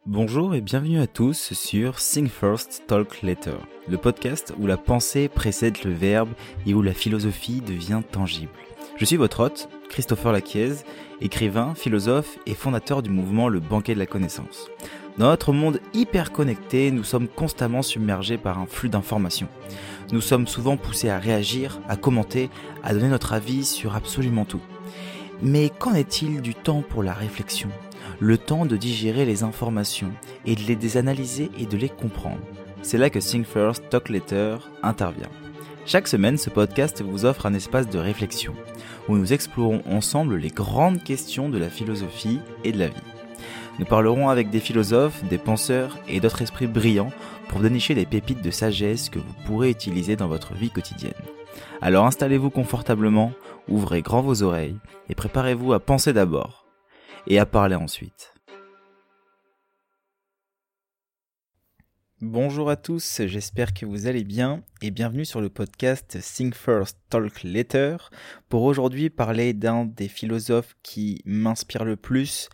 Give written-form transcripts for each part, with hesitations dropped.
Bonjour et bienvenue à tous sur Think First, Talk Later, le podcast où la pensée précède le verbe et où la philosophie devient tangible. Je suis votre hôte, Christopher Laquiez, écrivain, philosophe et fondateur du mouvement Le Banquet de la Connaissance. Dans notre monde hyper connecté, nous sommes constamment submergés par un flux d'informations. Nous sommes souvent poussés à réagir, à commenter, à donner notre avis sur absolument tout. Mais qu'en est-il du temps pour la réflexion ? Le temps de digérer les informations et de les analyser et de les comprendre. C'est là que Think First, Talk Later intervient. Chaque semaine, ce podcast vous offre un espace de réflexion où nous explorons ensemble les grandes questions de la philosophie et de la vie. Nous parlerons avec des philosophes, des penseurs et d'autres esprits brillants pour dénicher des pépites de sagesse que vous pourrez utiliser dans votre vie quotidienne. Alors installez-vous confortablement, ouvrez grand vos oreilles et préparez-vous à penser d'abord et à parler ensuite. Bonjour à tous, j'espère que vous allez bien et bienvenue sur le podcast Think First, Talk Later pour aujourd'hui parler d'un des philosophes qui m'inspire le plus,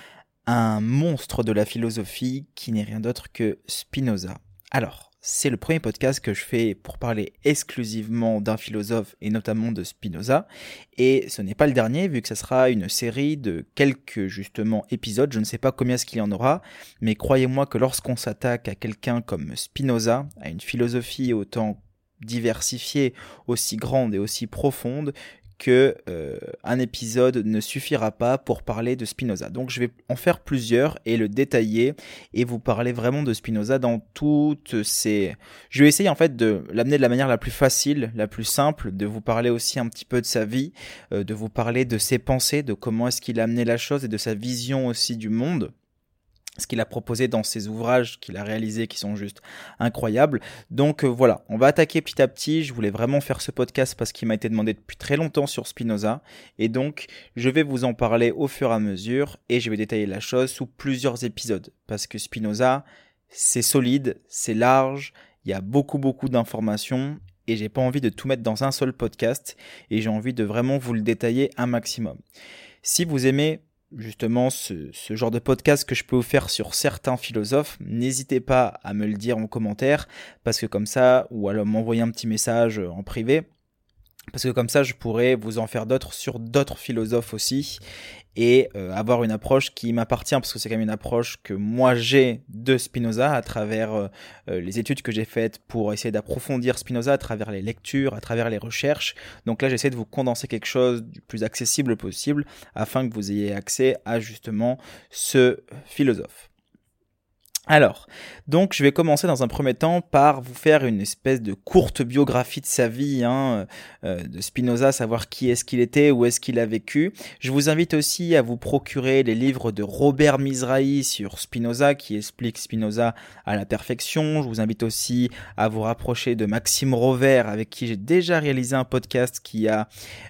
un monstre de la philosophie qui n'est rien d'autre que Spinoza. Alors, c'est le premier podcast que je fais pour parler exclusivement d'un philosophe et notamment de Spinoza. Et ce n'est pas le dernier vu que ça sera une série de quelques justement épisodes. Je ne sais pas combien est-ce qu'il y en aura, mais croyez-moi que lorsqu'on s'attaque à quelqu'un comme Spinoza, à une philosophie autant diversifiée, aussi grande et aussi profonde, que un épisode ne suffira pas pour parler de Spinoza. Donc je vais en faire plusieurs et le détailler et vous parler vraiment de Spinoza dans toutes ces... Je vais essayer en fait de l'amener de la manière la plus facile, la plus simple, de vous parler aussi un petit peu de sa vie, de vous parler de ses pensées, de comment est-ce qu'il a amené la chose et de sa vision aussi du monde. Ce qu'il a proposé dans ses ouvrages qu'il a réalisés qui sont juste incroyables. Donc voilà, on va attaquer petit à petit. Je voulais vraiment faire ce podcast parce qu'il m'a été demandé depuis très longtemps sur Spinoza. Et donc, je vais vous en parler au fur et à mesure et je vais détailler la chose sous plusieurs épisodes. Parce que Spinoza, c'est solide, c'est large, il y a beaucoup d'informations et j'ai pas envie de tout mettre dans un seul podcast et j'ai envie de vraiment vous le détailler un maximum. Si vous aimez justement ce genre de podcast que je peux vous faire sur certains philosophes, n'hésitez pas à me le dire en commentaire, parce que comme ça, ou alors m'envoyer un petit message en privé, parce que comme ça je pourrais vous en faire d'autres sur d'autres philosophes aussi, et avoir une approche qui m'appartient, parce que c'est quand même une approche que moi j'ai de Spinoza à travers les études que j'ai faites pour essayer d'approfondir Spinoza à travers les lectures, à travers les recherches. Donc là j'essaie de vous condenser quelque chose du plus accessible possible afin que vous ayez accès à justement ce philosophe. Alors, donc je vais commencer dans un premier temps par vous faire une espèce de courte biographie de sa vie, de Spinoza, savoir qui est-ce qu'il était, où est-ce qu'il a vécu. Je vous invite aussi à vous procurer les livres de Robert Mizrahi sur Spinoza, qui explique Spinoza à la perfection. Je vous invite aussi à vous rapprocher de Maxime Rovère, avec qui j'ai déjà réalisé un podcast qui a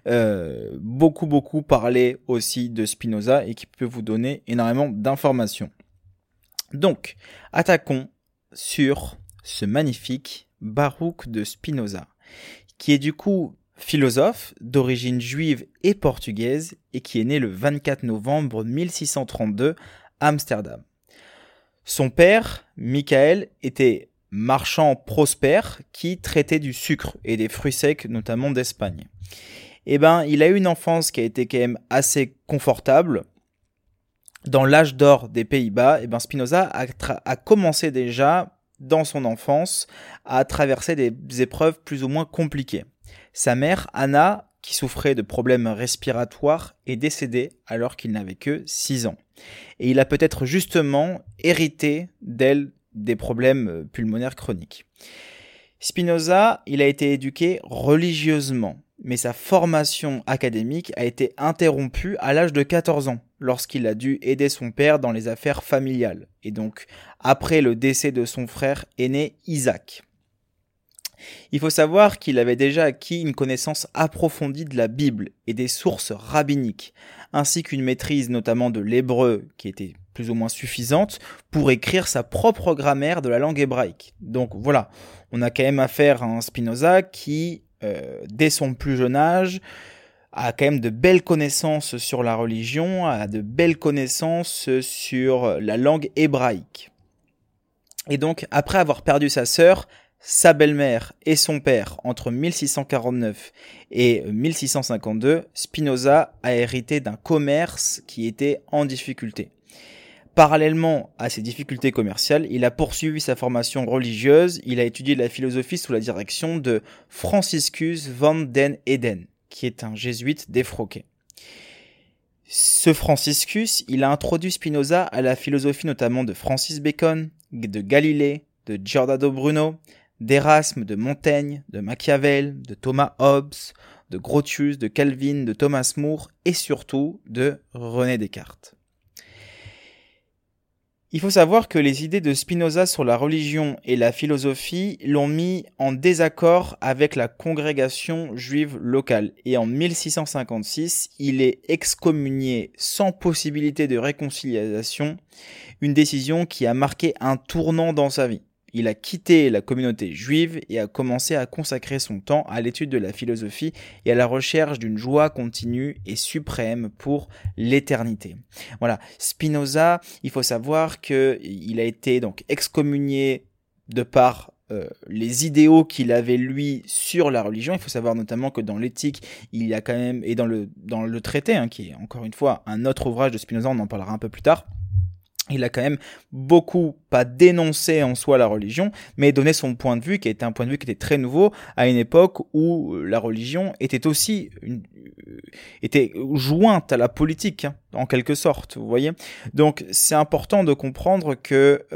beaucoup parlé aussi de Spinoza et qui peut vous donner énormément d'informations. Donc, attaquons sur ce magnifique Baruch de Spinoza, qui est du coup philosophe d'origine juive et portugaise et qui est né le 24 novembre 1632 à Amsterdam. Son père, Michael, était marchand prospère qui traitait du sucre et des fruits secs, notamment d'Espagne. Il a eu une enfance qui a été quand même assez confortable. Dans l'âge d'or des Pays-Bas, Spinoza a commencé déjà, dans son enfance, à traverser des épreuves plus ou moins compliquées. Sa mère, Anna, qui souffrait de problèmes respiratoires, est décédée alors qu'il n'avait que 6 ans. Et il a peut-être justement hérité d'elle des problèmes pulmonaires chroniques. Spinoza, il a été éduqué religieusement, mais sa formation académique a été interrompue à l'âge de 14 ans, lorsqu'il a dû aider son père dans les affaires familiales, et donc après le décès de son frère aîné Isaac. Il faut savoir qu'il avait déjà acquis une connaissance approfondie de la Bible et des sources rabbiniques, ainsi qu'une maîtrise notamment de l'hébreu qui était plus ou moins suffisante pour écrire sa propre grammaire de la langue hébraïque. Donc voilà, on a quand même affaire à un Spinoza qui, dès son plus jeune âge, a quand même de belles connaissances sur la religion, a de belles connaissances sur la langue hébraïque. Et donc, après avoir perdu sa sœur, sa belle-mère et son père entre 1649 et 1652, Spinoza a hérité d'un commerce qui était en difficulté. Parallèlement à ces difficultés commerciales, il a poursuivi sa formation religieuse, il a étudié la philosophie sous la direction de Franciscus van den Eden, qui est un jésuite défroqué. Ce Franciscus, il a introduit Spinoza à la philosophie notamment de Francis Bacon, de Galilée, de Giordano Bruno, d'Erasme, de Montaigne, de Machiavel, de Thomas Hobbes, de Grotius, de Calvin, de Thomas More et surtout de René Descartes. Il faut savoir que les idées de Spinoza sur la religion et la philosophie l'ont mis en désaccord avec la congrégation juive locale. Et en 1656, il est excommunié sans possibilité de réconciliation, une décision qui a marqué un tournant dans sa vie. Il a quitté la communauté juive et a commencé à consacrer son temps à l'étude de la philosophie et à la recherche d'une joie continue et suprême pour l'éternité. Voilà, Spinoza, il faut savoir qu'il a été donc excommunié de par les idéaux qu'il avait lui sur la religion. Il faut savoir notamment que dans l'éthique, il y a quand même, et dans le traité, qui est encore une fois un autre ouvrage de Spinoza, on en parlera un peu plus tard, il a quand même beaucoup, pas dénoncé en soi la religion, mais donné son point de vue, qui était un point de vue qui était très nouveau, à une époque où la religion était aussi était jointe à la politique, en quelque sorte, vous voyez. Donc c'est important de comprendre que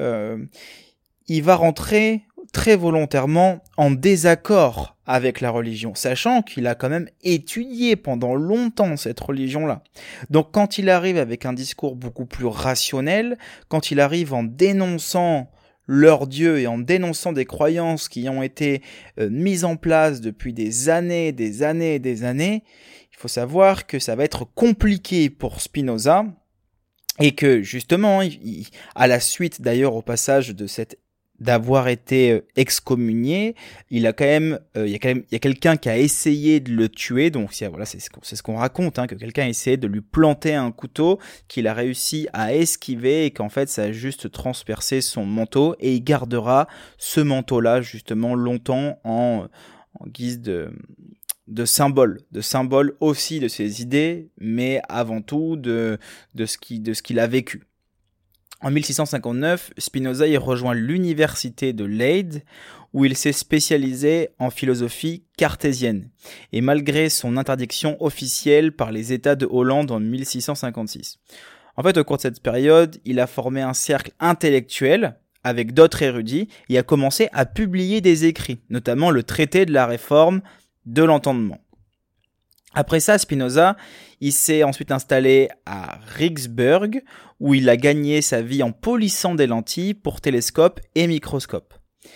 il va rentrer très volontairement en désaccord avec la religion, sachant qu'il a quand même étudié pendant longtemps cette religion-là. Donc quand il arrive avec un discours beaucoup plus rationnel, quand il arrive en dénonçant leur Dieu et en dénonçant des croyances qui ont été mises en place depuis des années, il faut savoir que ça va être compliqué pour Spinoza et que justement, à la suite d'ailleurs au passage de d'avoir été excommunié, il y a quelqu'un qui a essayé de le tuer, donc voilà, c'est ce qu'on raconte, que quelqu'un a essayé de lui planter un couteau, qu'il a réussi à esquiver et qu'en fait ça a juste transpercé son manteau, et il gardera ce manteau-là justement longtemps en guise de symbole aussi de ses idées, mais avant tout de ce qu'il a vécu. En 1659, Spinoza y rejoint l'université de Leyde, où il s'est spécialisé en philosophie cartésienne, et malgré son interdiction officielle par les États de Hollande en 1656. En fait, au cours de cette période, il a formé un cercle intellectuel avec d'autres érudits et a commencé à publier des écrits, notamment le traité de la réforme de l'entendement. Après ça, Spinoza, il s'est ensuite installé à Rigsburg, où il a gagné sa vie en polissant des lentilles pour télescope et microscope.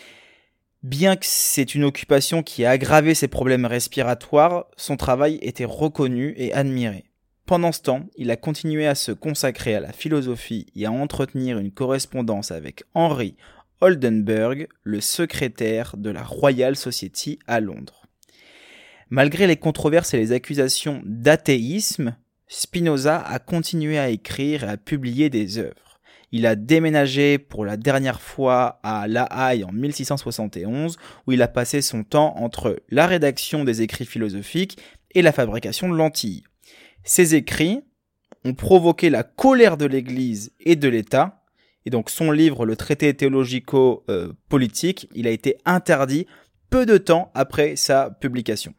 Bien que c'est une occupation qui a aggravé ses problèmes respiratoires, son travail était reconnu et admiré. Pendant ce temps, il a continué à se consacrer à la philosophie et à entretenir une correspondance avec Henry Oldenburg, le secrétaire de la Royal Society à Londres. Malgré les controverses et les accusations d'athéisme, Spinoza a continué à écrire et à publier des œuvres. Il a déménagé pour la dernière fois à La Haye en 1671, où il a passé son temps entre la rédaction des écrits philosophiques et la fabrication de lentilles. Ces écrits ont provoqué la colère de l'Église et de l'État, et donc son livre, le traité théologico-politique, il a été interdit peu de temps après sa publication.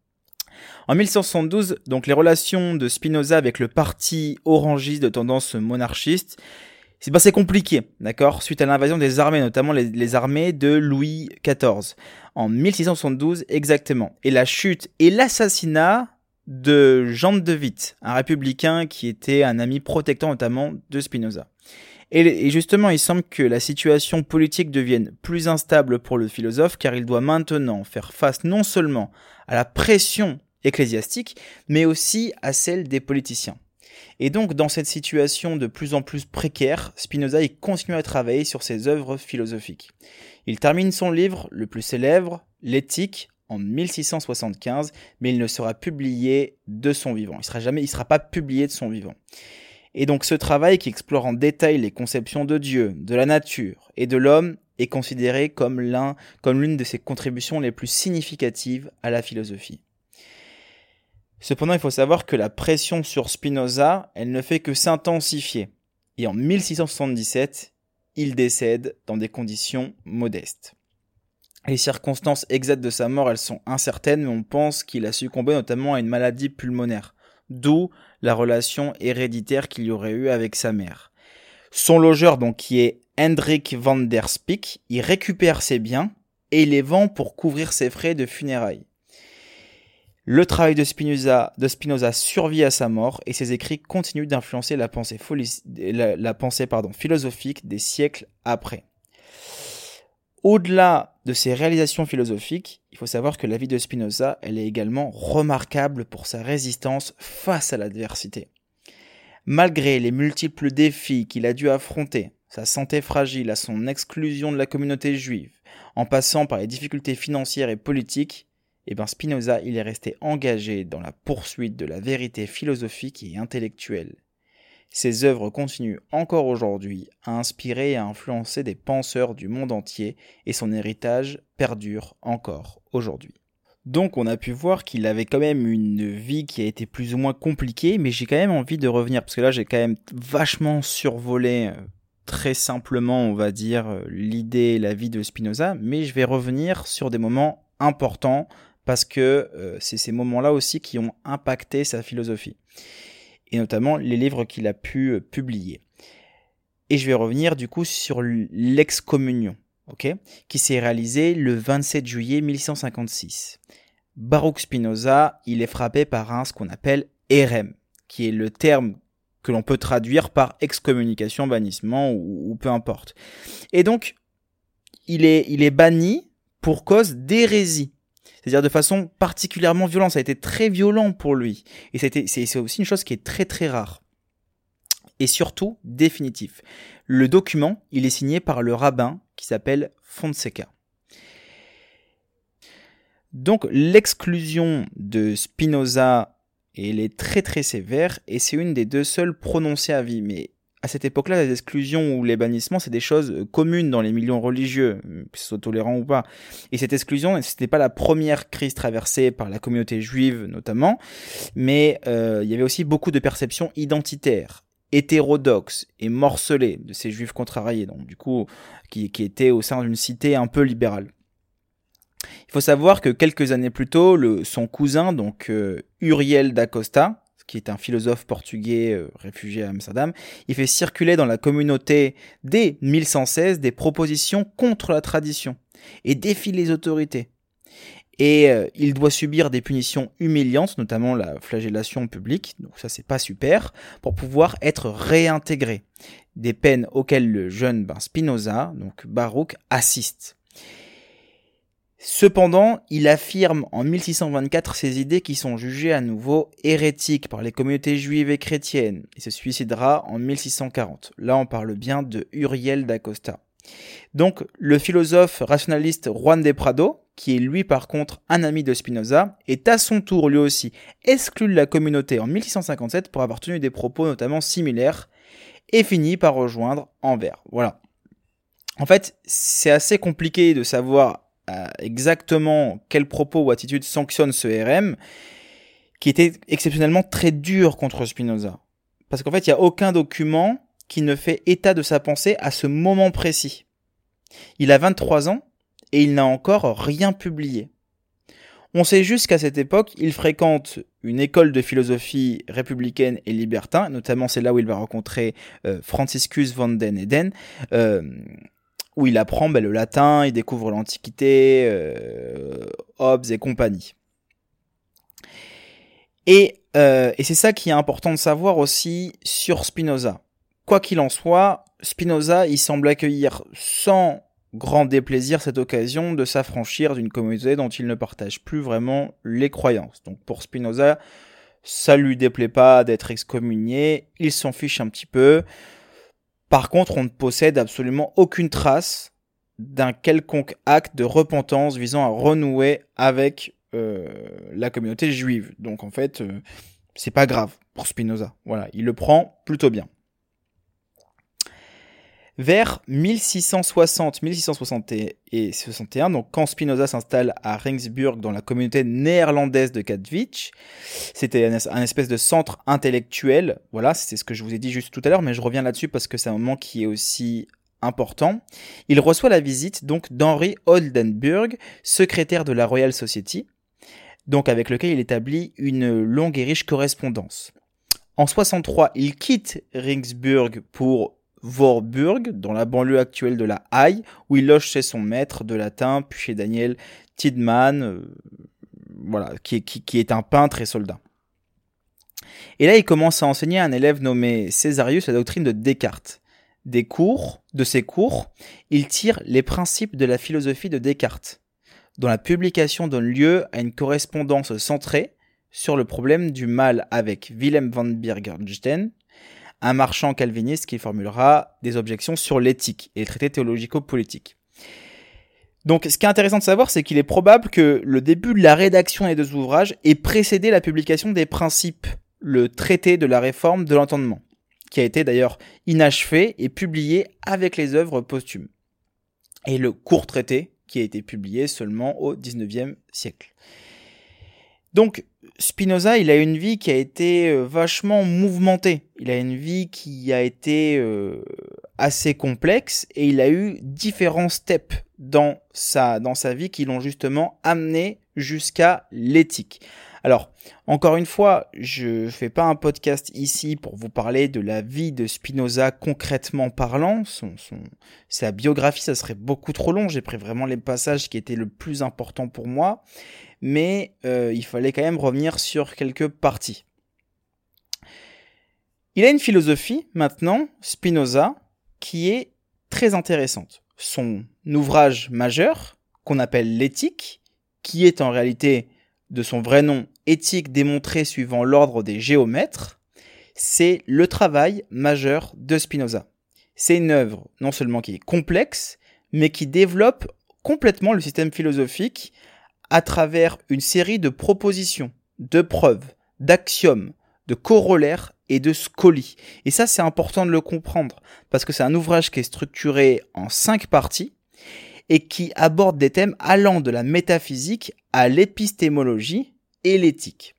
En 1672, donc les relations de Spinoza avec le parti orangiste de tendance monarchiste, c'est compliqué, d'accord, suite à l'invasion des armées, notamment les armées de Louis XIV, en 1672 exactement, et la chute et l'assassinat de Jean de Witt, un républicain qui était un ami protecteur notamment de Spinoza. Et justement, il semble que la situation politique devienne plus instable pour le philosophe, car il doit maintenant faire face non seulement à la pression ecclésiastique, mais aussi à celle des politiciens. Et donc, dans cette situation de plus en plus précaire, Spinoza continue à travailler sur ses œuvres philosophiques. Il termine son livre le plus célèbre, l'Éthique, en 1675, mais il ne sera publié de son vivant. Il sera pas publié de son vivant. Et donc ce travail qui explore en détail les conceptions de Dieu, de la nature et de l'homme est considéré comme l'une de ses contributions les plus significatives à la philosophie. Cependant, il faut savoir que la pression sur Spinoza, elle ne fait que s'intensifier. Et en 1677, il décède dans des conditions modestes. Les circonstances exactes de sa mort, elles sont incertaines, mais on pense qu'il a succombé notamment à une maladie pulmonaire, d'où la relation héréditaire qu'il y aurait eu avec sa mère. Son logeur, donc, qui est Hendrik van der Spyk, il récupère ses biens et il les vend pour couvrir ses frais de funérailles. Le travail de Spinoza survit à sa mort et ses écrits continuent d'influencer la pensée philosophique des siècles après. Au-delà de ses réalisations philosophiques, il faut savoir que la vie de Spinoza, elle est également remarquable pour sa résistance face à l'adversité. Malgré les multiples défis qu'il a dû affronter, sa santé fragile à son exclusion de la communauté juive, en passant par les difficultés financières et politiques, Spinoza, il est resté engagé dans la poursuite de la vérité philosophique et intellectuelle. Ses œuvres continuent encore aujourd'hui à inspirer et à influencer des penseurs du monde entier et son héritage perdure encore aujourd'hui. Donc on a pu voir qu'il avait quand même une vie qui a été plus ou moins compliquée, mais j'ai quand même envie de revenir, parce que là j'ai quand même vachement survolé très simplement, on va dire, l'idée et la vie de Spinoza, mais je vais revenir sur des moments importants, parce que c'est ces moments-là aussi qui ont impacté sa philosophie, et notamment les livres qu'il a pu publier. Et je vais revenir du coup sur l'excommunion, qui s'est réalisée le 27 juillet 1656. Baruch Spinoza, il est frappé par ce qu'on appelle érème, qui est le terme que l'on peut traduire par excommunication, bannissement ou peu importe. Et donc, il est banni pour cause d'hérésie. C'est-à-dire de façon particulièrement violente. Ça a été très violent pour lui. Et c'est aussi une chose qui est très très rare. Et surtout, définitif. Le document, il est signé par le rabbin qui s'appelle Fonseca. Donc l'exclusion de Spinoza, elle est très très sévère et c'est une des deux seules prononcées à vie. Mais à cette époque-là, les exclusions ou les bannissements, c'est des choses communes dans les milieux religieux, que ce soit tolérant ou pas. Et cette exclusion, ce n'était pas la première crise traversée par la communauté juive notamment, mais il y avait aussi beaucoup de perceptions identitaires, hétérodoxes et morcelées de ces juifs contrariés, donc du coup, qui étaient au sein d'une cité un peu libérale. Il faut savoir que quelques années plus tôt, son cousin, donc Uriel da Costa, qui est un philosophe portugais réfugié à Amsterdam, il fait circuler dans la communauté dès 1116 des propositions contre la tradition et défie les autorités. Et il doit subir des punitions humiliantes, notamment la flagellation publique, donc ça c'est pas super, pour pouvoir être réintégré. Des peines auxquelles le jeune Spinoza, donc Baruch, assiste. Cependant, il affirme en 1624 ses idées qui sont jugées à nouveau hérétiques par les communautés juives et chrétiennes. Il se suicidera en 1640. Là, on parle bien de Uriel da Costa. Donc, le philosophe rationaliste Juan de Prado, qui est lui par contre un ami de Spinoza, est à son tour lui aussi exclu de la communauté en 1657 pour avoir tenu des propos notamment similaires et finit par rejoindre Anvers. Voilà. En fait, c'est assez compliqué de savoir exactement quels propos ou attitudes sanctionne ce RM, qui était exceptionnellement très dur contre Spinoza. Parce qu'en fait, il n'y a aucun document qui ne fait état de sa pensée à ce moment précis. Il a 23 ans et il n'a encore rien publié. On sait juste qu'à cette époque, il fréquente une école de philosophie républicaine et libertin, notamment c'est là où il va rencontrer Franciscus van den Eden, où il apprend le latin, il découvre l'Antiquité, Hobbes et compagnie. Et c'est ça qui est important de savoir aussi sur Spinoza. Quoi qu'il en soit, Spinoza, il semble accueillir sans grand déplaisir cette occasion de s'affranchir d'une communauté dont il ne partage plus vraiment les croyances. Donc pour Spinoza, ça lui déplaît pas d'être excommunié, il s'en fiche un petit peu. Par contre, on ne possède absolument aucune trace d'un quelconque acte de repentance visant à renouer avec la communauté juive. Donc en fait, c'est pas grave pour Spinoza. Voilà, il le prend plutôt bien. Vers 1660-1661, donc quand Spinoza s'installe à Regensburg dans la communauté néerlandaise de Katowice, c'était un espèce de centre intellectuel. Voilà, c'est ce que je vous ai dit juste tout à l'heure, mais je reviens là-dessus parce que c'est un moment qui est aussi important. Il reçoit la visite donc d'Henry Oldenburg, secrétaire de la Royal Society, donc avec lequel il établit une longue et riche correspondance. En 63, il quitte Regensburg pour Voorburg, dans la banlieue actuelle de la Haye, où il loge chez son maître de latin, puis chez Daniel Tidman, voilà, qui est un peintre et soldat. Et là, il commence à enseigner à un élève nommé Césarius la doctrine de Descartes. De ses cours, il tire les principes de la philosophie de Descartes, dont la publication donne lieu à une correspondance centrée sur le problème du mal avec Willem van Bergenstein, un marchand calviniste qui formulera des objections sur l'éthique et les traités théologico-politiques. Donc, ce qui est intéressant de savoir, c'est qu'il est probable que le début de la rédaction des deux ouvrages ait précédé la publication des principes, le traité de la réforme de l'entendement, qui a été d'ailleurs inachevé et publié avec les œuvres posthumes, et le court traité qui a été publié seulement au XIXe siècle. Donc, Spinoza, il a une vie qui a été vachement mouvementée. Il a une vie qui a été assez complexe et il a eu différents steps dans sa vie qui l'ont justement amené jusqu'à l'éthique. Alors, encore une fois, je fais pas un podcast ici pour vous parler de la vie de Spinoza concrètement parlant. Sa biographie, ça serait beaucoup trop long. J'ai pris vraiment les passages qui étaient le plus important pour moi. Mais il fallait quand même revenir sur quelques parties. Il a une philosophie, maintenant, Spinoza, qui est très intéressante. Son ouvrage majeur, qu'on appelle l'Éthique, qui est en réalité, de son vrai nom, Éthique démontrée suivant l'ordre des géomètres, c'est le travail majeur de Spinoza. C'est une œuvre non seulement qui est complexe, mais qui développe complètement le système philosophique à travers une série de propositions, de preuves, d'axiomes, de corollaires et de scolies. Et ça, c'est important de le comprendre, parce que c'est un ouvrage qui est structuré en 5 parties et qui aborde des thèmes allant de la métaphysique à l'épistémologie et l'éthique.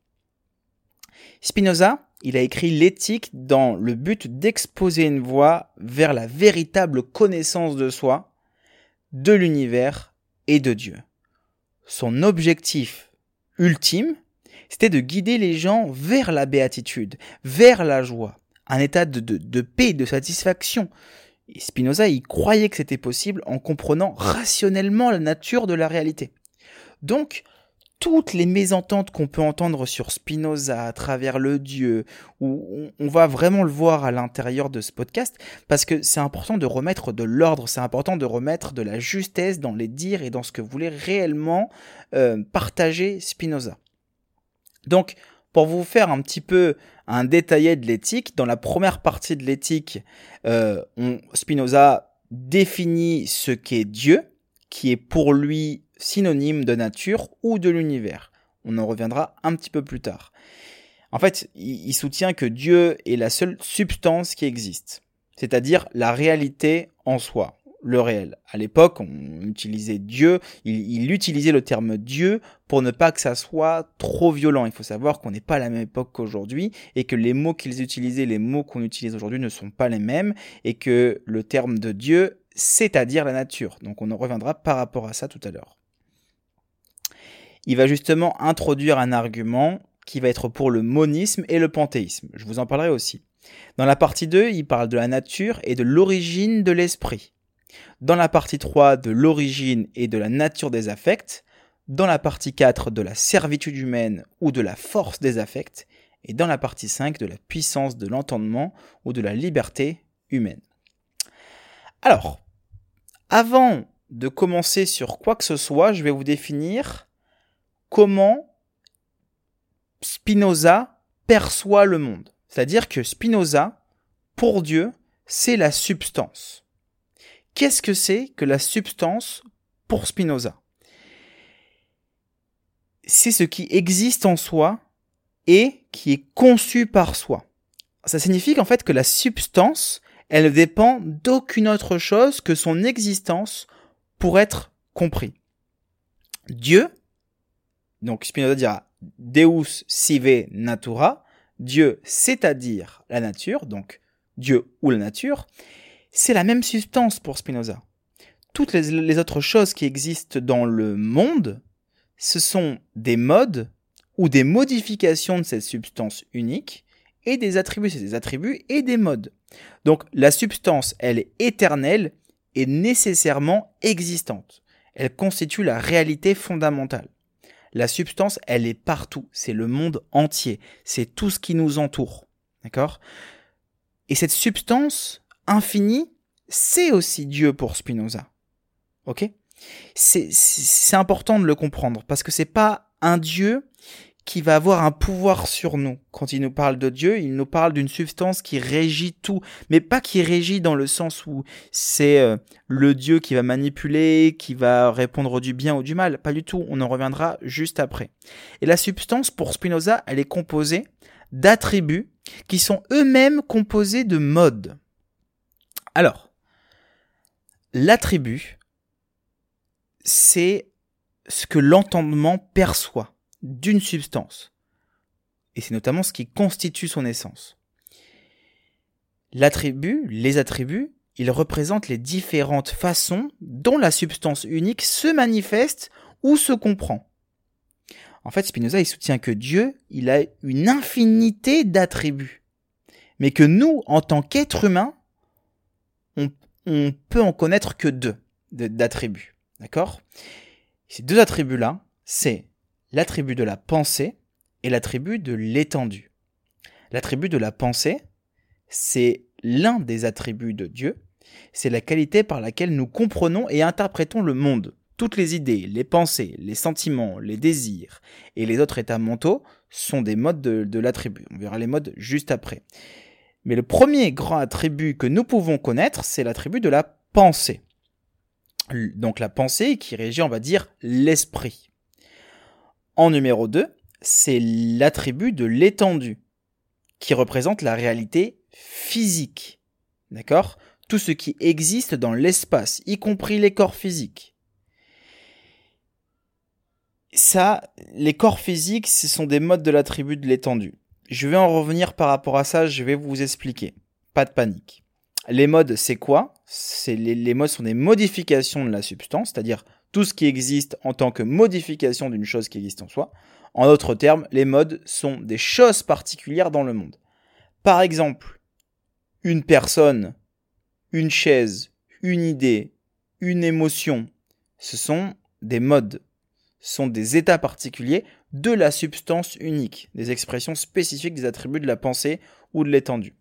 Spinoza, il a écrit l'éthique dans le but d'exposer une voie vers la véritable connaissance de soi, de l'univers et de Dieu. Son objectif ultime, c'était de guider les gens vers la béatitude, vers la joie, un état de paix, de satisfaction. Et Spinoza, il croyait que c'était possible en comprenant rationnellement la nature de la réalité. Donc, toutes les mésententes qu'on peut entendre sur Spinoza à travers le Dieu, où on va vraiment le voir à l'intérieur de ce podcast, parce que c'est important de remettre de l'ordre, c'est important de remettre de la justesse dans les dires et dans ce que voulait réellement partager Spinoza. Donc, pour vous faire un petit peu un détaillé de l'éthique, dans la première partie de l'éthique, Spinoza définit ce qu'est Dieu, qui est pour lui synonyme de nature ou de l'univers. On en reviendra un petit peu plus tard. En fait, il soutient que Dieu est la seule substance qui existe, c'est-à-dire la réalité en soi, le réel. À l'époque, on utilisait Dieu, il utilisait le terme Dieu pour ne pas que ça soit trop violent. Il faut savoir qu'on n'est pas à la même époque qu'aujourd'hui et que les mots qu'ils utilisaient, les mots qu'on utilise aujourd'hui ne sont pas les mêmes et que le terme de Dieu, c'est-à-dire la nature. Donc on en reviendra par rapport à ça tout à l'heure. Il va justement introduire un argument qui va être pour le monisme et le panthéisme. Je vous en parlerai aussi. Dans la partie 2, il parle de la nature et de l'origine de l'esprit. Dans la partie 3, de l'origine et de la nature des affects. Dans la partie 4, de la servitude humaine ou de la force des affects. Et dans la partie 5, de la puissance de l'entendement ou de la liberté humaine. Alors, avant de commencer sur quoi que ce soit, je vais vous définir comment Spinoza perçoit le monde. C'est-à-dire que Spinoza, pour Dieu, c'est la substance. Qu'est-ce que c'est que la substance pour Spinoza ? C'est ce qui existe en soi et qui est conçu par soi. Ça signifie qu'en fait que la substance, elle ne dépend d'aucune autre chose que son existence pour être compris. Dieu, donc Spinoza dira Deus sive natura, Dieu c'est-à-dire la nature, donc Dieu ou la nature, c'est la même substance pour Spinoza. Toutes les autres choses qui existent dans le monde, ce sont des modes ou des modifications de cette substance unique et des attributs, c'est des attributs et des modes. Donc la substance, elle est éternelle et nécessairement existante. Elle constitue la réalité fondamentale. La substance, elle est partout, c'est le monde entier, c'est tout ce qui nous entoure. D'accord ? Et cette substance infinie, c'est aussi Dieu pour Spinoza. Ok ? C'est important de le comprendre parce que c'est pas un Dieu qui va avoir un pouvoir sur nous. Quand il nous parle de Dieu, il nous parle d'une substance qui régit tout, mais pas qui régit dans le sens où c'est le Dieu qui va manipuler, qui va répondre du bien ou du mal. Pas du tout, on en reviendra juste après. Et la substance, pour Spinoza, elle est composée d'attributs qui sont eux-mêmes composés de modes. Alors, l'attribut, c'est ce que l'entendement perçoit d'une substance. Et c'est notamment ce qui constitue son essence. L'attribut, les attributs, ils représentent les différentes façons dont la substance unique se manifeste ou se comprend. En fait, Spinoza, il soutient que Dieu, il a une infinité d'attributs. Mais que nous, en tant qu'êtres humains, on peut en connaître que deux d'attributs. D'accord ? Ces deux attributs-là, c'est l'attribut de la pensée et l'attribut de l'étendue. L'attribut de la pensée, c'est l'un des attributs de Dieu. C'est la qualité par laquelle nous comprenons et interprétons le monde. Toutes les idées, les pensées, les sentiments, les désirs et les autres états mentaux sont des modes de l'attribut. On verra les modes juste après. Mais le premier grand attribut que nous pouvons connaître, c'est l'attribut de la pensée. Donc la pensée qui régit, on va dire, l'esprit. En numéro 2, c'est l'attribut de l'étendue, qui représente la réalité physique. D'accord ? Tout ce qui existe dans l'espace, y compris les corps physiques. Ça, les corps physiques, ce sont des modes de l'attribut de l'étendue. Je vais en revenir par rapport à ça, je vais vous expliquer. Pas de panique. Les modes, c'est quoi ? Les modes sont des modifications de la substance, c'est-à-dire tout ce qui existe en tant que modification d'une chose qui existe en soi. En d'autres termes, les modes sont des choses particulières dans le monde. Par exemple, une personne, une chaise, une idée, une émotion, ce sont des modes, ce sont des états particuliers de la substance unique, des expressions spécifiques des attributs de la pensée ou de l'étendue.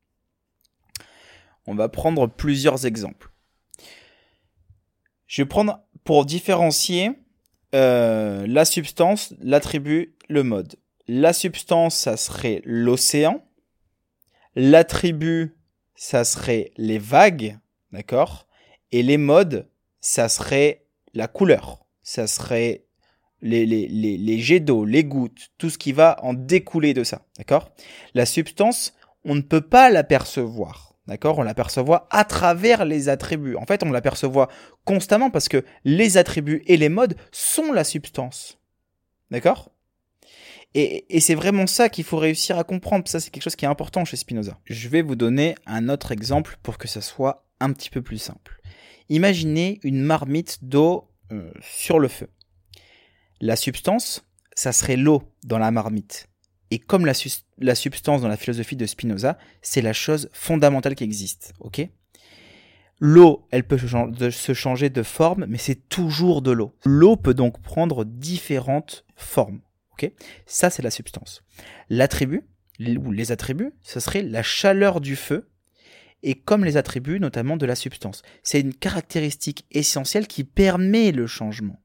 On va prendre plusieurs exemples. Je vais prendre pour différencier la substance, l'attribut, le mode. La substance, ça serait l'océan. L'attribut, ça serait les vagues, d'accord ? Et les modes, ça serait la couleur. Ça serait les jets d'eau, les gouttes, tout ce qui va en découler de ça, d'accord ? La substance, on ne peut pas l'apercevoir. D'accord ? On l'aperçoit à travers les attributs. En fait, on l'aperçoit constamment parce que les attributs et les modes sont la substance. D'accord ? Et c'est vraiment ça qu'il faut réussir à comprendre. Ça, c'est quelque chose qui est important chez Spinoza. Je vais vous donner un autre exemple pour que ça soit un petit peu plus simple. Imaginez une marmite d'eau sur le feu. La substance, ça serait l'eau dans la marmite. Et comme la substance dans la philosophie de Spinoza, c'est la chose fondamentale qui existe, ok ? L'eau, elle peut se changer de forme, mais c'est toujours de l'eau. L'eau peut donc prendre différentes formes, ok ? Ça, c'est la substance. L'attribut, ou les attributs, ce serait la chaleur du feu, et comme les attributs, notamment de la substance. C'est une caractéristique essentielle qui permet le changement.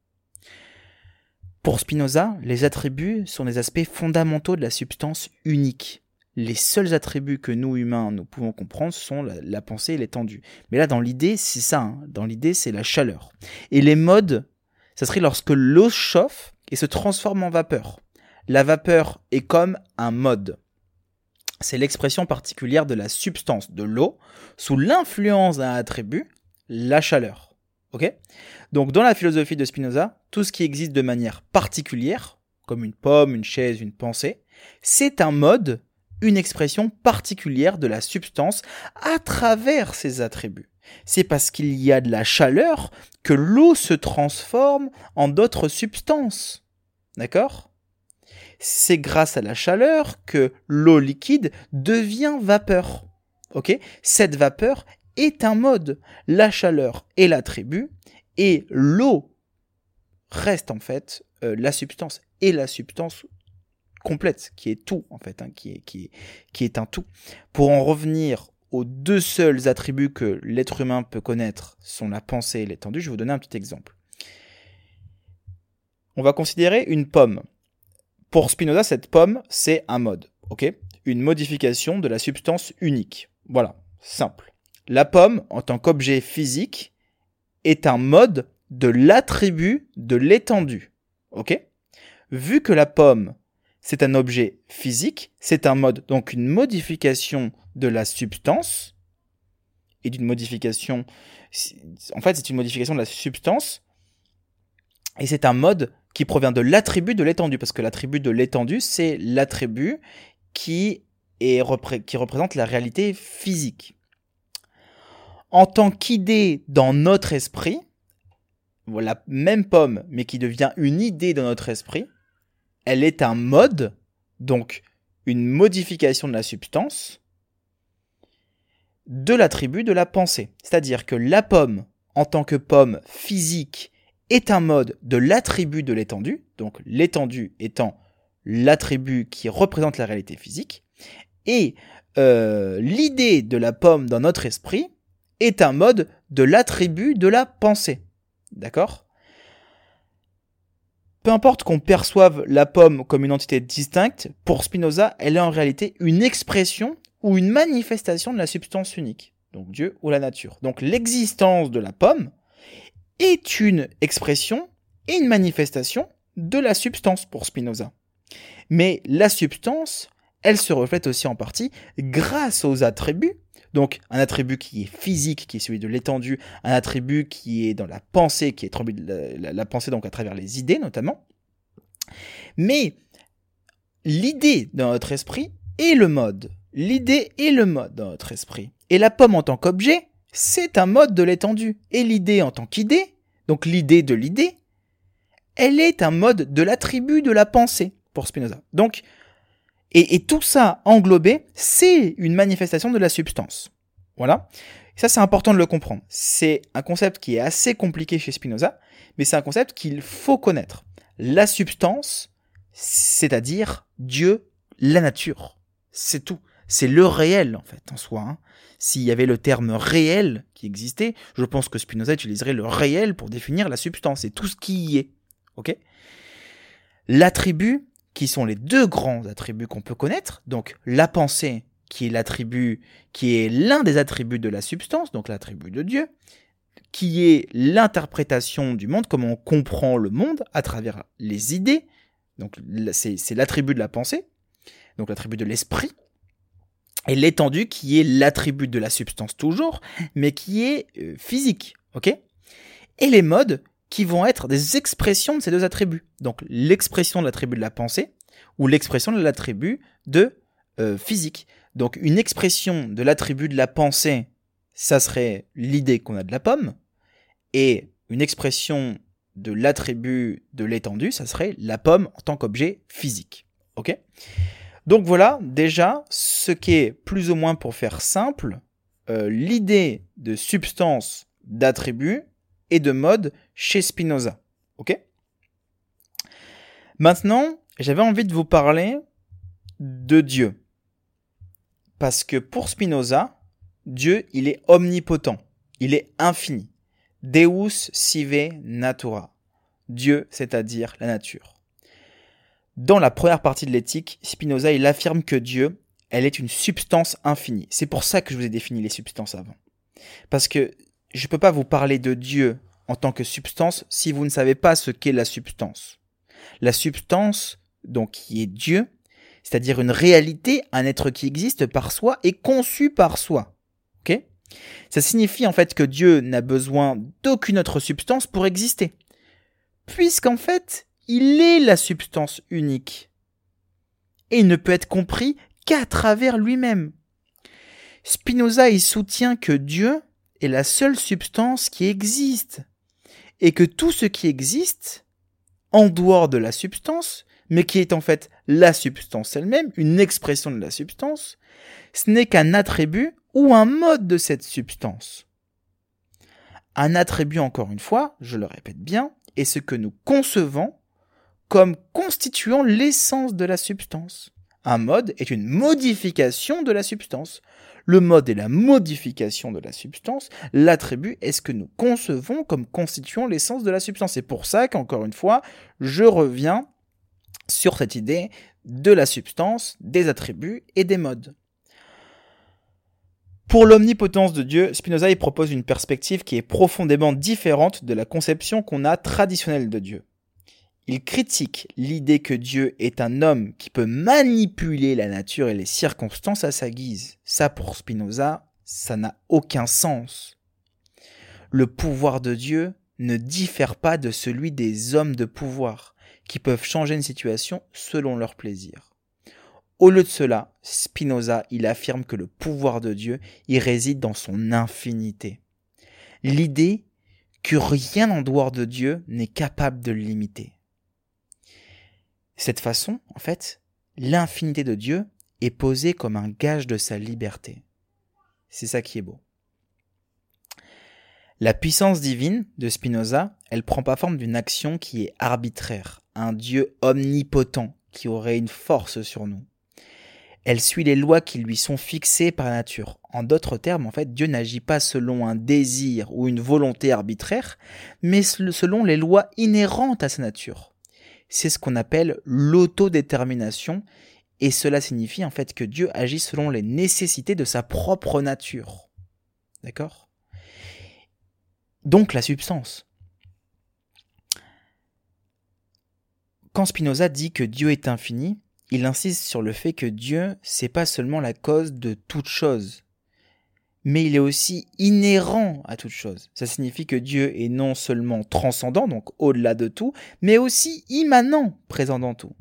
Pour Spinoza, les attributs sont des aspects fondamentaux de la substance unique. les seuls attributs que nous, humains, nous pouvons comprendre sont la pensée et l'étendue. Mais là, dans l'idée, c'est ça. Hein. Dans l'idée, c'est la chaleur. Et les modes, ça serait lorsque l'eau chauffe et se transforme en vapeur. La vapeur est comme un mode. C'est l'expression particulière de la substance de l'eau sous l'influence d'un attribut, la chaleur. Ok ? Donc, dans la philosophie de Spinoza, tout ce qui existe de manière particulière, comme une pomme, une chaise, une pensée, c'est un mode, une expression particulière de la substance à travers ses attributs. C'est parce qu'il y a de la chaleur que l'eau se transforme en d'autres substances. D'accord ? C'est grâce à la chaleur que l'eau liquide devient vapeur. Ok ? Cette vapeur est un mode. La chaleur est l'attribut et l'eau reste en fait la substance. Et la substance complète, qui est tout en fait, hein, qui est un tout. Pour en revenir aux deux seuls attributs que l'être humain peut connaître sont la pensée et l'étendue, je vais vous donner un petit exemple. On va considérer une pomme. Pour Spinoza, cette pomme, c'est un mode, ok ? Une modification de la substance unique. Voilà, simple. La pomme, en tant qu'objet physique, est un mode de l'attribut de l'étendue, ok ? Vu que la pomme, c'est un objet physique, c'est un mode, donc une modification de la substance, et d'une modification, en fait, c'est une modification de la substance, et c'est un mode qui provient de l'attribut de l'étendue, parce que l'attribut de l'étendue, c'est l'attribut qui représente la réalité physique. En tant qu'idée dans notre esprit, la même pomme, mais qui devient une idée dans notre esprit, elle est un mode, donc une modification de la substance, de l'attribut de la pensée. C'est-à-dire que la pomme, en tant que pomme physique, est un mode de l'attribut de l'étendue, donc l'étendue étant l'attribut qui représente la réalité physique, et l'idée de la pomme dans notre esprit est un mode de l'attribut de la pensée. D'accord ? Peu importe qu'on perçoive la pomme comme une entité distincte, pour Spinoza, elle est en réalité une expression ou une manifestation de la substance unique, donc Dieu ou la nature. Donc l'existence de la pomme est une expression et une manifestation de la substance pour Spinoza. Mais la substance, elle se reflète aussi en partie grâce aux attributs. Donc un attribut qui est physique, qui est celui de l'étendue, un attribut qui est dans la pensée, qui est la pensée donc à travers les idées notamment. Mais l'idée dans notre esprit est le mode. L'idée est le mode dans notre esprit. Et la pomme en tant qu'objet, c'est un mode de l'étendue. Et l'idée en tant qu'idée, donc l'idée de l'idée, elle est un mode de l'attribut de la pensée pour Spinoza. Donc, et tout ça englobé, c'est une manifestation de la substance. Voilà. Et ça, c'est important de le comprendre. C'est un concept qui est assez compliqué chez Spinoza, mais c'est un concept qu'il faut connaître. La substance, c'est-à-dire Dieu, la nature. C'est tout. C'est le réel, en fait, en soi. Hein. S'il y avait le terme réel qui existait, je pense que Spinoza utiliserait le réel pour définir la substance et tout ce qui y est. Ok ? L'attribut, qui sont les deux grands attributs qu'on peut connaître, donc la pensée, qui est l'attribut, qui est l'un des attributs de la substance, donc l'attribut de Dieu, qui est l'interprétation du monde, comment on comprend le monde à travers les idées, donc c'est l'attribut de la pensée, donc l'attribut de l'esprit, et l'étendue qui est l'attribut de la substance toujours, mais qui est physique, ok ? Et les modes qui vont être des expressions de ces deux attributs. Donc l'expression de l'attribut de la pensée ou l'expression de l'attribut de physique. Donc une expression de l'attribut de la pensée, ça serait l'idée qu'on a de la pomme, et une expression de l'attribut de l'étendue, ça serait la pomme en tant qu'objet physique. Ok ? Donc voilà déjà ce qu'est plus ou moins, pour faire simple, l'idée de substance, d'attribut et de mode chez Spinoza. Ok ? Maintenant, j'avais envie de vous parler de Dieu. Parce que pour Spinoza, Dieu, il est omnipotent. Il est infini. Deus sive natura. Dieu, c'est-à-dire la nature. Dans la première partie de l'éthique, Spinoza, il affirme que Dieu elle est une substance infinie. C'est pour ça que je vous ai défini les substances avant. Parce que je ne peux pas vous parler de Dieu en tant que substance si vous ne savez pas ce qu'est la substance. La substance, donc, qui est Dieu, c'est-à-dire une réalité, un être qui existe par soi et conçu par soi. Ok ? Ça signifie en fait que Dieu n'a besoin d'aucune autre substance pour exister. Puisqu'en fait, il est la substance unique. Et il ne peut être compris qu'à travers lui-même. Spinoza il soutient que Dieu est la seule substance qui existe. Et que tout ce qui existe, en dehors de la substance, mais qui est en fait la substance elle-même, une expression de la substance, ce n'est qu'un attribut ou un mode de cette substance. Un attribut, encore une fois, je le répète bien, est ce que nous concevons comme constituant l'essence de la substance. Un mode est une modification de la substance. Le mode est la modification de la substance. L'attribut est ce que nous concevons comme constituant l'essence de la substance. C'est pour ça qu'encore une fois, je reviens sur cette idée de la substance, des attributs et des modes. Pour l'omnipotence de Dieu, Spinoza y propose une perspective qui est profondément différente de la conception qu'on a traditionnelle de Dieu. Il critique l'idée que Dieu est un homme qui peut manipuler la nature et les circonstances à sa guise. Ça, pour Spinoza, ça n'a aucun sens. Le pouvoir de Dieu ne diffère pas de celui des hommes de pouvoir, qui peuvent changer une situation selon leur plaisir. Au lieu de cela, Spinoza, il affirme que le pouvoir de Dieu, il réside dans son infinité. L'idée que rien en dehors de Dieu n'est capable de le limiter. Cette façon, en fait, l'infinité de Dieu est posée comme un gage de sa liberté. C'est ça qui est beau. La puissance divine de Spinoza, elle prend pas forme d'une action qui est arbitraire, un Dieu omnipotent qui aurait une force sur nous. Elle suit les lois qui lui sont fixées par la nature. En d'autres termes, en fait, Dieu n'agit pas selon un désir ou une volonté arbitraire, mais selon les lois inhérentes à sa nature. C'est ce qu'on appelle l'autodétermination, et cela signifie en fait que Dieu agit selon les nécessités de sa propre nature. D'accord ? Donc la substance. Quand Spinoza dit que Dieu est infini, il insiste sur le fait que Dieu, c'est pas seulement la cause de toute chose, mais il est aussi inhérent à toute chose. Ça signifie que Dieu est non seulement transcendant, donc au-delà de tout, mais aussi immanent, présent dans tout.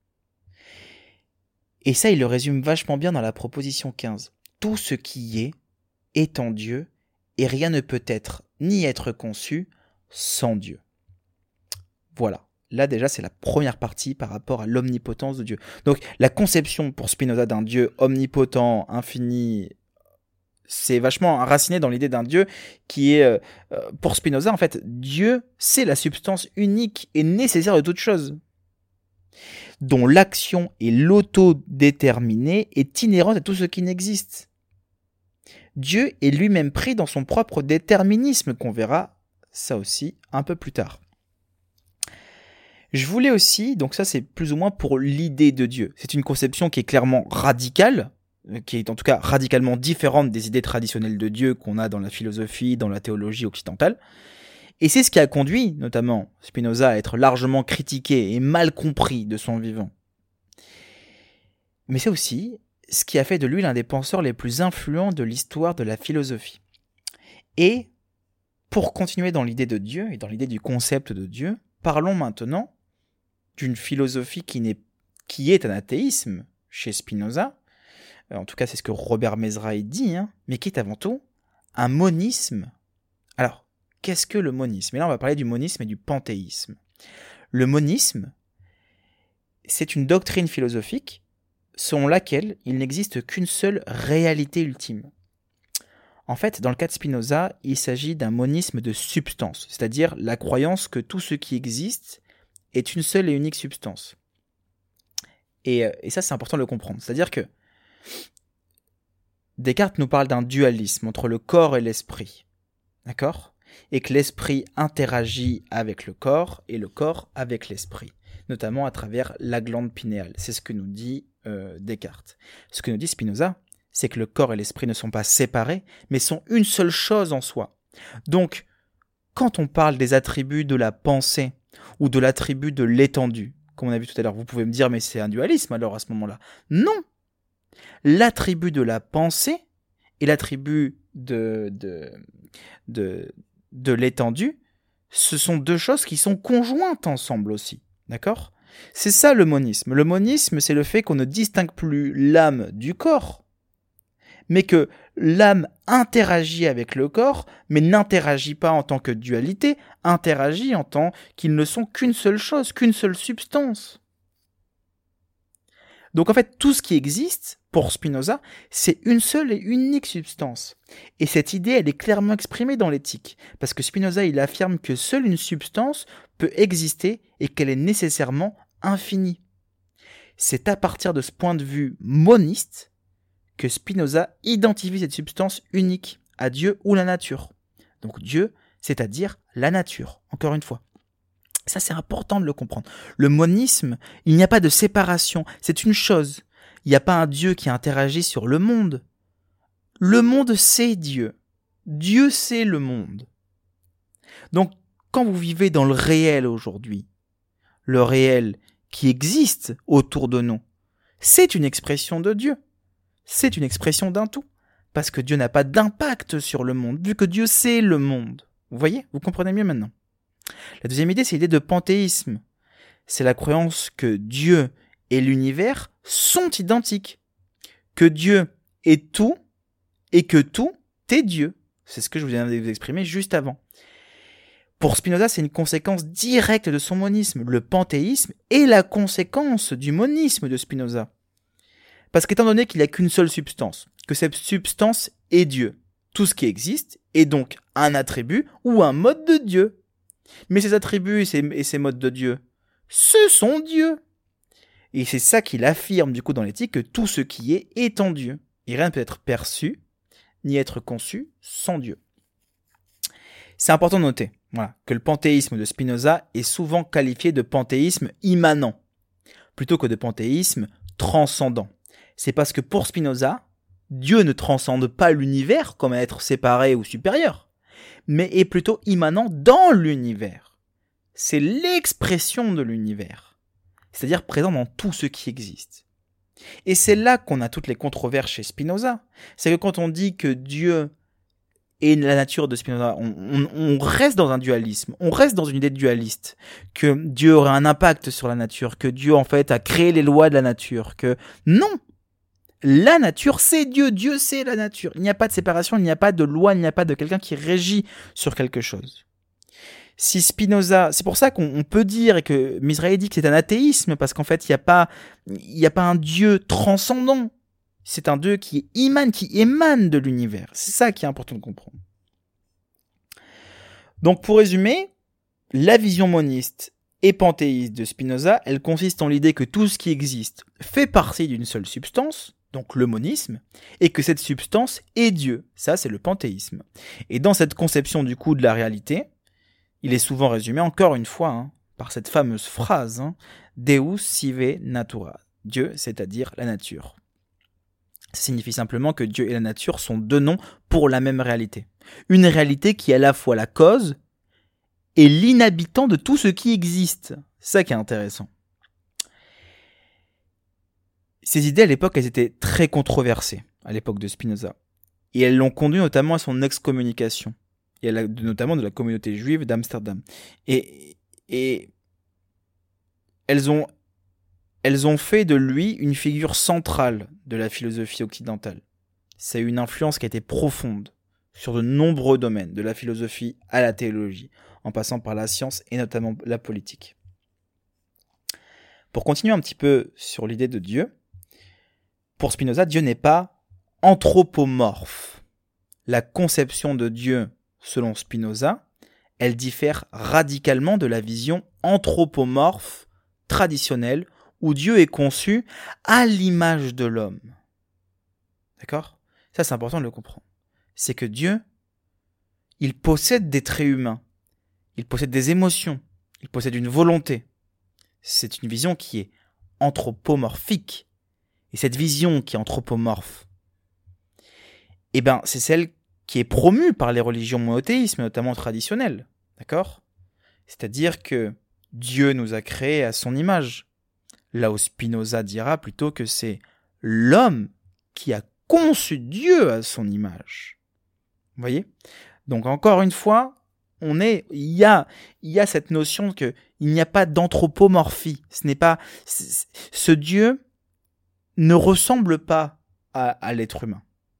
Et ça, il le résume vachement bien dans la proposition 15. Tout ce qui est en Dieu, et rien ne peut être ni être conçu sans Dieu. Voilà. Là, déjà, c'est la première partie par rapport à l'omnipotence de Dieu. Donc, la conception pour Spinoza d'un Dieu omnipotent, infini, c'est vachement enraciné dans l'idée d'un Dieu qui est, pour Spinoza, en fait, Dieu, c'est la substance unique et nécessaire de toute chose, dont l'action et l'autodéterminée est inhérente à tout ce qui n'existe. Dieu est lui-même pris dans son propre déterminisme, qu'on verra ça aussi un peu plus tard. Je voulais aussi, donc ça c'est plus ou moins pour l'idée de Dieu. C'est une conception qui est clairement radicale, qui est en tout cas radicalement différente des idées traditionnelles de Dieu qu'on a dans la philosophie, dans la théologie occidentale. Et c'est ce qui a conduit, notamment, Spinoza à être largement critiqué et mal compris de son vivant. Mais c'est aussi ce qui a fait de lui l'un des penseurs les plus influents de l'histoire de la philosophie. Et, pour continuer dans l'idée de Dieu et dans l'idée du concept de Dieu, parlons maintenant d'une philosophie qui est un athéisme chez Spinoza, en tout cas c'est ce que Robert Mezrahi dit, mais qui est avant tout un monisme. Alors, qu'est-ce que le monisme ? Et là on va parler du monisme et du panthéisme. Le monisme, c'est une doctrine philosophique selon laquelle il n'existe qu'une seule réalité ultime. En fait, dans le cas de Spinoza, il s'agit d'un monisme de substance, c'est-à-dire la croyance que tout ce qui existe est une seule et unique substance. Et ça, c'est important de le comprendre. C'est-à-dire que Descartes nous parle d'un dualisme entre le corps et l'esprit. D'accord ? Et que l'esprit interagit avec le corps et le corps avec l'esprit, notamment à travers la glande pinéale. C'est ce que nous dit Descartes. Ce que nous dit Spinoza, c'est que le corps et l'esprit ne sont pas séparés, mais sont une seule chose en soi. Donc, quand on parle des attributs de la pensée ou de l'attribut de l'étendue, comme on a vu tout à l'heure, vous pouvez me dire, mais c'est un dualisme alors à ce moment-là. Non! L'attribut de la pensée et l'attribut de l'étendue, ce sont deux choses qui sont conjointes ensemble aussi. D'accord ? C'est ça le monisme. Le monisme, c'est le fait qu'on ne distingue plus l'âme du corps, mais que l'âme interagit avec le corps, mais n'interagit pas en tant que dualité, interagit en tant qu'ils ne sont qu'une seule chose, qu'une seule substance. Donc en fait, tout ce qui existe, pour Spinoza, c'est une seule et unique substance. Et cette idée, elle est clairement exprimée dans l'éthique, parce que Spinoza, il affirme que seule une substance peut exister et qu'elle est nécessairement infinie. C'est à partir de ce point de vue moniste que Spinoza identifie cette substance unique à Dieu ou la nature. Donc Dieu, c'est-à-dire la nature, encore une fois. Ça, c'est important de le comprendre. Le monisme, il n'y a pas de séparation, c'est une chose. Il n'y a pas un Dieu qui interagit sur le monde. Le monde, c'est Dieu. Dieu, c'est le monde. Donc, quand vous vivez dans le réel aujourd'hui, le réel qui existe autour de nous, c'est une expression de Dieu. C'est une expression d'un tout. Parce que Dieu n'a pas d'impact sur le monde, vu que Dieu c'est le monde. Vous voyez ? Vous comprenez mieux maintenant. La deuxième idée, c'est l'idée de panthéisme. C'est la croyance que Dieu et l'univers sont identiques. Que Dieu est tout et que tout est Dieu. C'est ce que je viens de vous exprimer juste avant. Pour Spinoza, c'est une conséquence directe de son monisme. Le panthéisme est la conséquence du monisme de Spinoza. Parce qu'étant donné qu'il n'y a qu'une seule substance, que cette substance est Dieu, tout ce qui existe est donc un attribut ou un mode de Dieu. Mais ces attributs et ces modes de Dieu, ce sont Dieu. Et c'est ça qu'il affirme du coup dans l'éthique, que tout ce qui est en Dieu. Et rien ne peut être perçu, ni être conçu sans Dieu. C'est important de noter que le panthéisme de Spinoza est souvent qualifié de panthéisme immanent, plutôt que de panthéisme transcendant. C'est parce que pour Spinoza, Dieu ne transcende pas l'univers comme un être séparé ou supérieur, mais est plutôt immanent dans l'univers. C'est l'expression de l'univers, c'est-à-dire présent dans tout ce qui existe. Et c'est là qu'on a toutes les controverses chez Spinoza. C'est que quand on dit que Dieu est la nature de Spinoza, on reste dans un dualisme, on reste dans une idée dualiste, que Dieu aurait un impact sur la nature, que Dieu en fait a créé les lois de la nature, que non! La nature, c'est Dieu. Dieu, c'est la nature. Il n'y a pas de séparation, il n'y a pas de loi, il n'y a pas de quelqu'un qui régit sur quelque chose. Si Spinoza, c'est pour ça qu'on peut dire, et que Mizrahi dit que c'est un athéisme, parce qu'en fait, il n'y a pas un Dieu transcendant. C'est un Dieu qui émane de l'univers. C'est ça qui est important de comprendre. Donc, pour résumer, la vision moniste et panthéiste de Spinoza, elle consiste en l'idée que tout ce qui existe fait partie d'une seule substance, donc le monisme, et que cette substance est Dieu. Ça, c'est le panthéisme. Et dans cette conception du coup de la réalité, il est souvent résumé, encore une fois, par cette fameuse phrase, Deus sive natura, Dieu, c'est-à-dire la nature. Ça signifie simplement que Dieu et la nature sont deux noms pour la même réalité. Une réalité qui est à la fois la cause et l'inhabitant de tout ce qui existe. C'est ça qui est intéressant. Ces idées, à l'époque, elles étaient très controversées, à l'époque de Spinoza. Et elles l'ont conduit notamment à son excommunication, et notamment de la communauté juive d'Amsterdam. Et elles ont fait de lui une figure centrale de la philosophie occidentale. Ça a eu une influence qui a été profonde sur de nombreux domaines, de la philosophie à la théologie, en passant par la science et notamment la politique. Pour continuer un petit peu sur l'idée de Dieu, pour Spinoza, Dieu n'est pas anthropomorphe. La conception de Dieu, selon Spinoza, elle diffère radicalement de la vision anthropomorphe traditionnelle où Dieu est conçu à l'image de l'homme. D'accord ? Ça, c'est important de le comprendre. C'est que Dieu, il possède des traits humains, il possède des émotions, il possède une volonté. C'est une vision qui est anthropomorphique. et cette vision qui est anthropomorphe, eh ben, c'est celle qui est promue par les religions monothéismes, notamment traditionnelles. D'accord ? C'est-à-dire que Dieu nous a créés à son image. Là où Spinoza dira plutôt que c'est l'homme qui a conçu Dieu à son image. Vous voyez ? Donc encore une fois, il y a cette notion que il n'y a pas d'anthropomorphie. Ce Dieu ne ressemble pas à l'être humain. Ok ?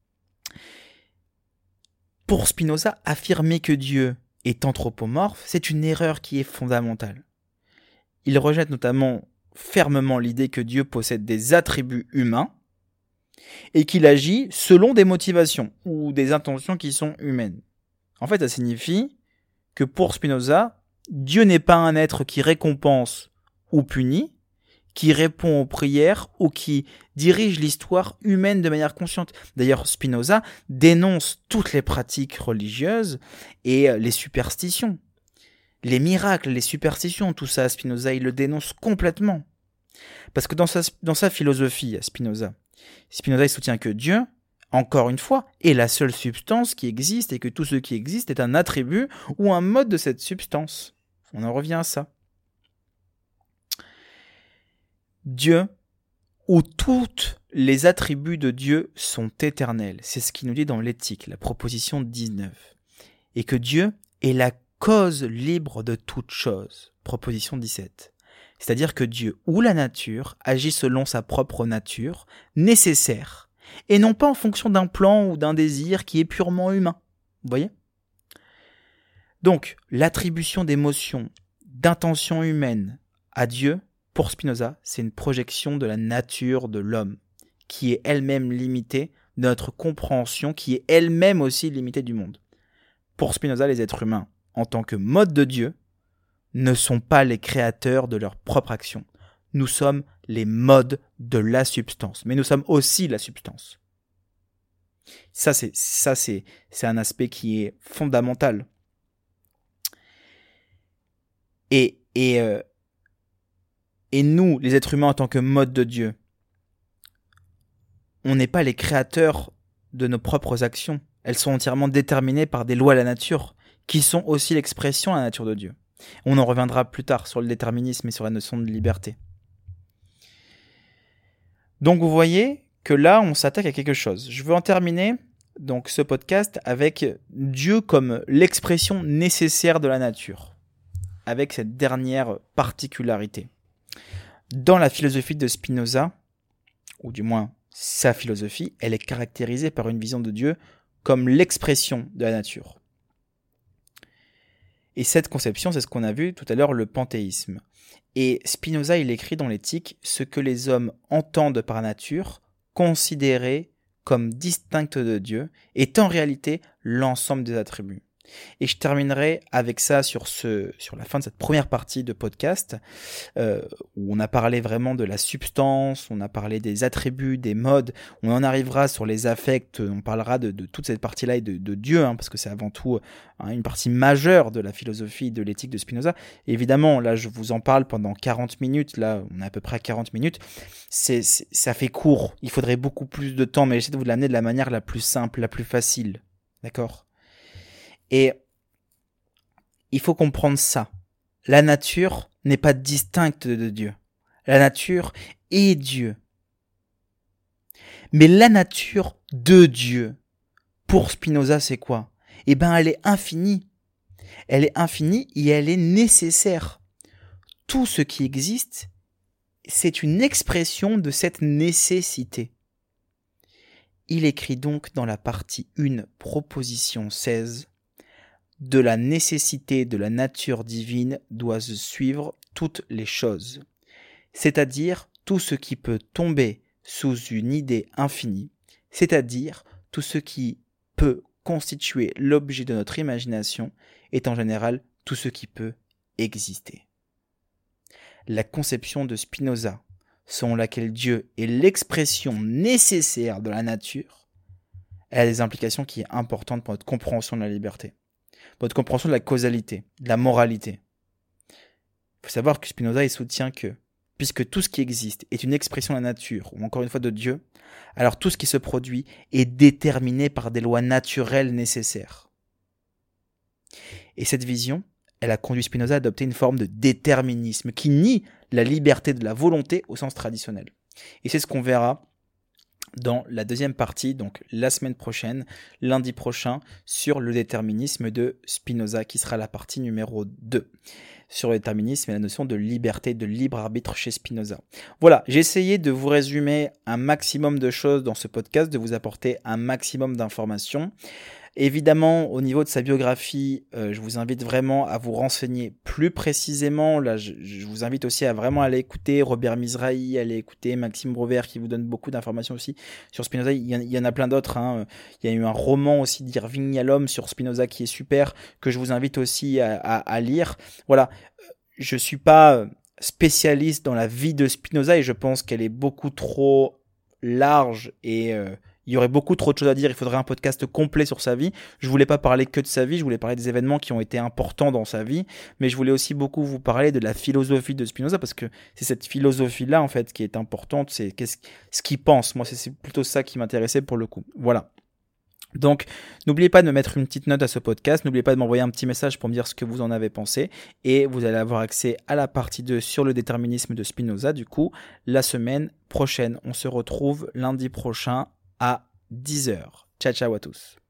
Pour Spinoza, affirmer que Dieu est anthropomorphe, c'est une erreur qui est fondamentale. Il rejette notamment fermement l'idée que Dieu possède des attributs humains et qu'il agit selon des motivations ou des intentions qui sont humaines. En fait, ça signifie que pour Spinoza, Dieu n'est pas un être qui récompense ou punit, qui répond aux prières ou qui dirige l'histoire humaine de manière consciente. D'ailleurs, Spinoza dénonce toutes les pratiques religieuses et les superstitions. Les miracles, les superstitions, tout ça, Spinoza, il le dénonce complètement. Parce que dans sa philosophie, Spinoza, il soutient que Dieu, encore une fois, est la seule substance qui existe et que tout ce qui existe est un attribut ou un mode de cette substance. On en revient à ça. Dieu, ou tous les attributs de Dieu sont éternels. C'est ce qu'il nous dit dans l'Éthique, la proposition 19. Et que Dieu est la cause libre de toute chose, proposition 17. C'est-à-dire que Dieu ou la nature agit selon sa propre nature, nécessaire, et non pas en fonction d'un plan ou d'un désir qui est purement humain. Vous voyez ? Donc, l'attribution d'émotions, d'intentions humaines à Dieu, pour Spinoza, c'est une projection de la nature de l'homme, qui est elle-même limitée de notre compréhension, qui est elle-même aussi limitée du monde. Pour Spinoza, les êtres humains, en tant que mode de Dieu, ne sont pas les créateurs de leur propre action. Nous sommes les modes de la substance, mais nous sommes aussi la substance. Ça, c'est un aspect qui est fondamental. Et nous, les êtres humains en tant que mode de Dieu, on n'est pas les créateurs de nos propres actions. Elles sont entièrement déterminées par des lois de la nature, qui sont aussi l'expression de la nature de Dieu. On en reviendra plus tard sur le déterminisme et sur la notion de liberté. Donc vous voyez que là, on s'attaque à quelque chose. Je veux en terminer donc ce podcast avec Dieu comme l'expression nécessaire de la nature, avec cette dernière particularité. Dans la philosophie de Spinoza, ou du moins sa philosophie, elle est caractérisée par une vision de Dieu comme l'expression de la nature. Et cette conception, c'est ce qu'on a vu tout à l'heure, le panthéisme. Et Spinoza, il écrit dans l'Éthique ce que les hommes entendent par nature, considérés comme distinctes de Dieu, est en réalité l'ensemble des attributs. Et je terminerai avec ça sur la fin de cette première partie de podcast, où on a parlé vraiment de la substance, on a parlé des attributs, des modes, on en arrivera sur les affects, on parlera de toute cette partie-là et de Dieu, parce que c'est avant tout une partie majeure de la philosophie et de l'éthique de Spinoza. Et évidemment, là je vous en parle pendant 40 minutes, là on est à peu près à 40 minutes, ça fait court, il faudrait beaucoup plus de temps, mais j'essaie de vous l'amener de la manière la plus simple, la plus facile, d'accord ? Et il faut comprendre ça. La nature n'est pas distincte de Dieu. La nature est Dieu. Mais la nature de Dieu, pour Spinoza, c'est quoi ? Eh bien, elle est infinie. Elle est infinie et elle est nécessaire. Tout ce qui existe, c'est une expression de cette nécessité. Il écrit donc dans la partie 1, proposition 16, de la nécessité de la nature divine doivent suivre toutes les choses, c'est-à-dire tout ce qui peut tomber sous une idée infinie, c'est-à-dire tout ce qui peut constituer l'objet de notre imagination est en général tout ce qui peut exister. La conception de Spinoza, selon laquelle Dieu est l'expression nécessaire de la nature, elle a des implications qui sont importantes pour notre compréhension de la liberté, pour notre compréhension de la causalité, de la moralité. Il faut savoir que Spinoza il soutient que puisque tout ce qui existe est une expression de la nature, ou encore une fois de Dieu, alors tout ce qui se produit est déterminé par des lois naturelles nécessaires. Et cette vision, elle a conduit Spinoza à adopter une forme de déterminisme qui nie la liberté de la volonté au sens traditionnel. Et c'est ce qu'on verra dans la deuxième partie, donc la semaine prochaine, lundi prochain, sur le déterminisme de Spinoza, qui sera la partie numéro 2. Sur le déterminisme et la notion de liberté, de libre arbitre chez Spinoza. Voilà, j'ai essayé de vous résumer un maximum de choses dans ce podcast, de vous apporter un maximum d'informations. Évidemment, au niveau de sa biographie, je vous invite vraiment à vous renseigner plus précisément. Là, je vous invite aussi à vraiment aller écouter Robert Mizrahi, aller écouter Maxime Brovert qui vous donne beaucoup d'informations aussi sur Spinoza. Il y en a plein d'autres. Il y a eu un roman aussi d'Irving Yalom sur Spinoza qui est super, que je vous invite aussi à lire. Voilà, je ne suis pas spécialiste dans la vie de Spinoza et je pense qu'elle est beaucoup trop large et il y aurait beaucoup trop de choses à dire, il faudrait un podcast complet sur sa vie. Je voulais pas parler que de sa vie, je voulais parler des événements qui ont été importants dans sa vie, mais je voulais aussi beaucoup vous parler de la philosophie de Spinoza, parce que c'est cette philosophie-là, en fait, qui est importante, c'est ce qu'il pense. Moi, c'est plutôt ça qui m'intéressait pour le coup. Voilà. Donc, n'oubliez pas de me mettre une petite note à ce podcast, n'oubliez pas de m'envoyer un petit message pour me dire ce que vous en avez pensé, et vous allez avoir accès à la partie 2 sur le déterminisme de Spinoza, du coup, la semaine prochaine. On se retrouve lundi prochain à 10h. Ciao, ciao à tous.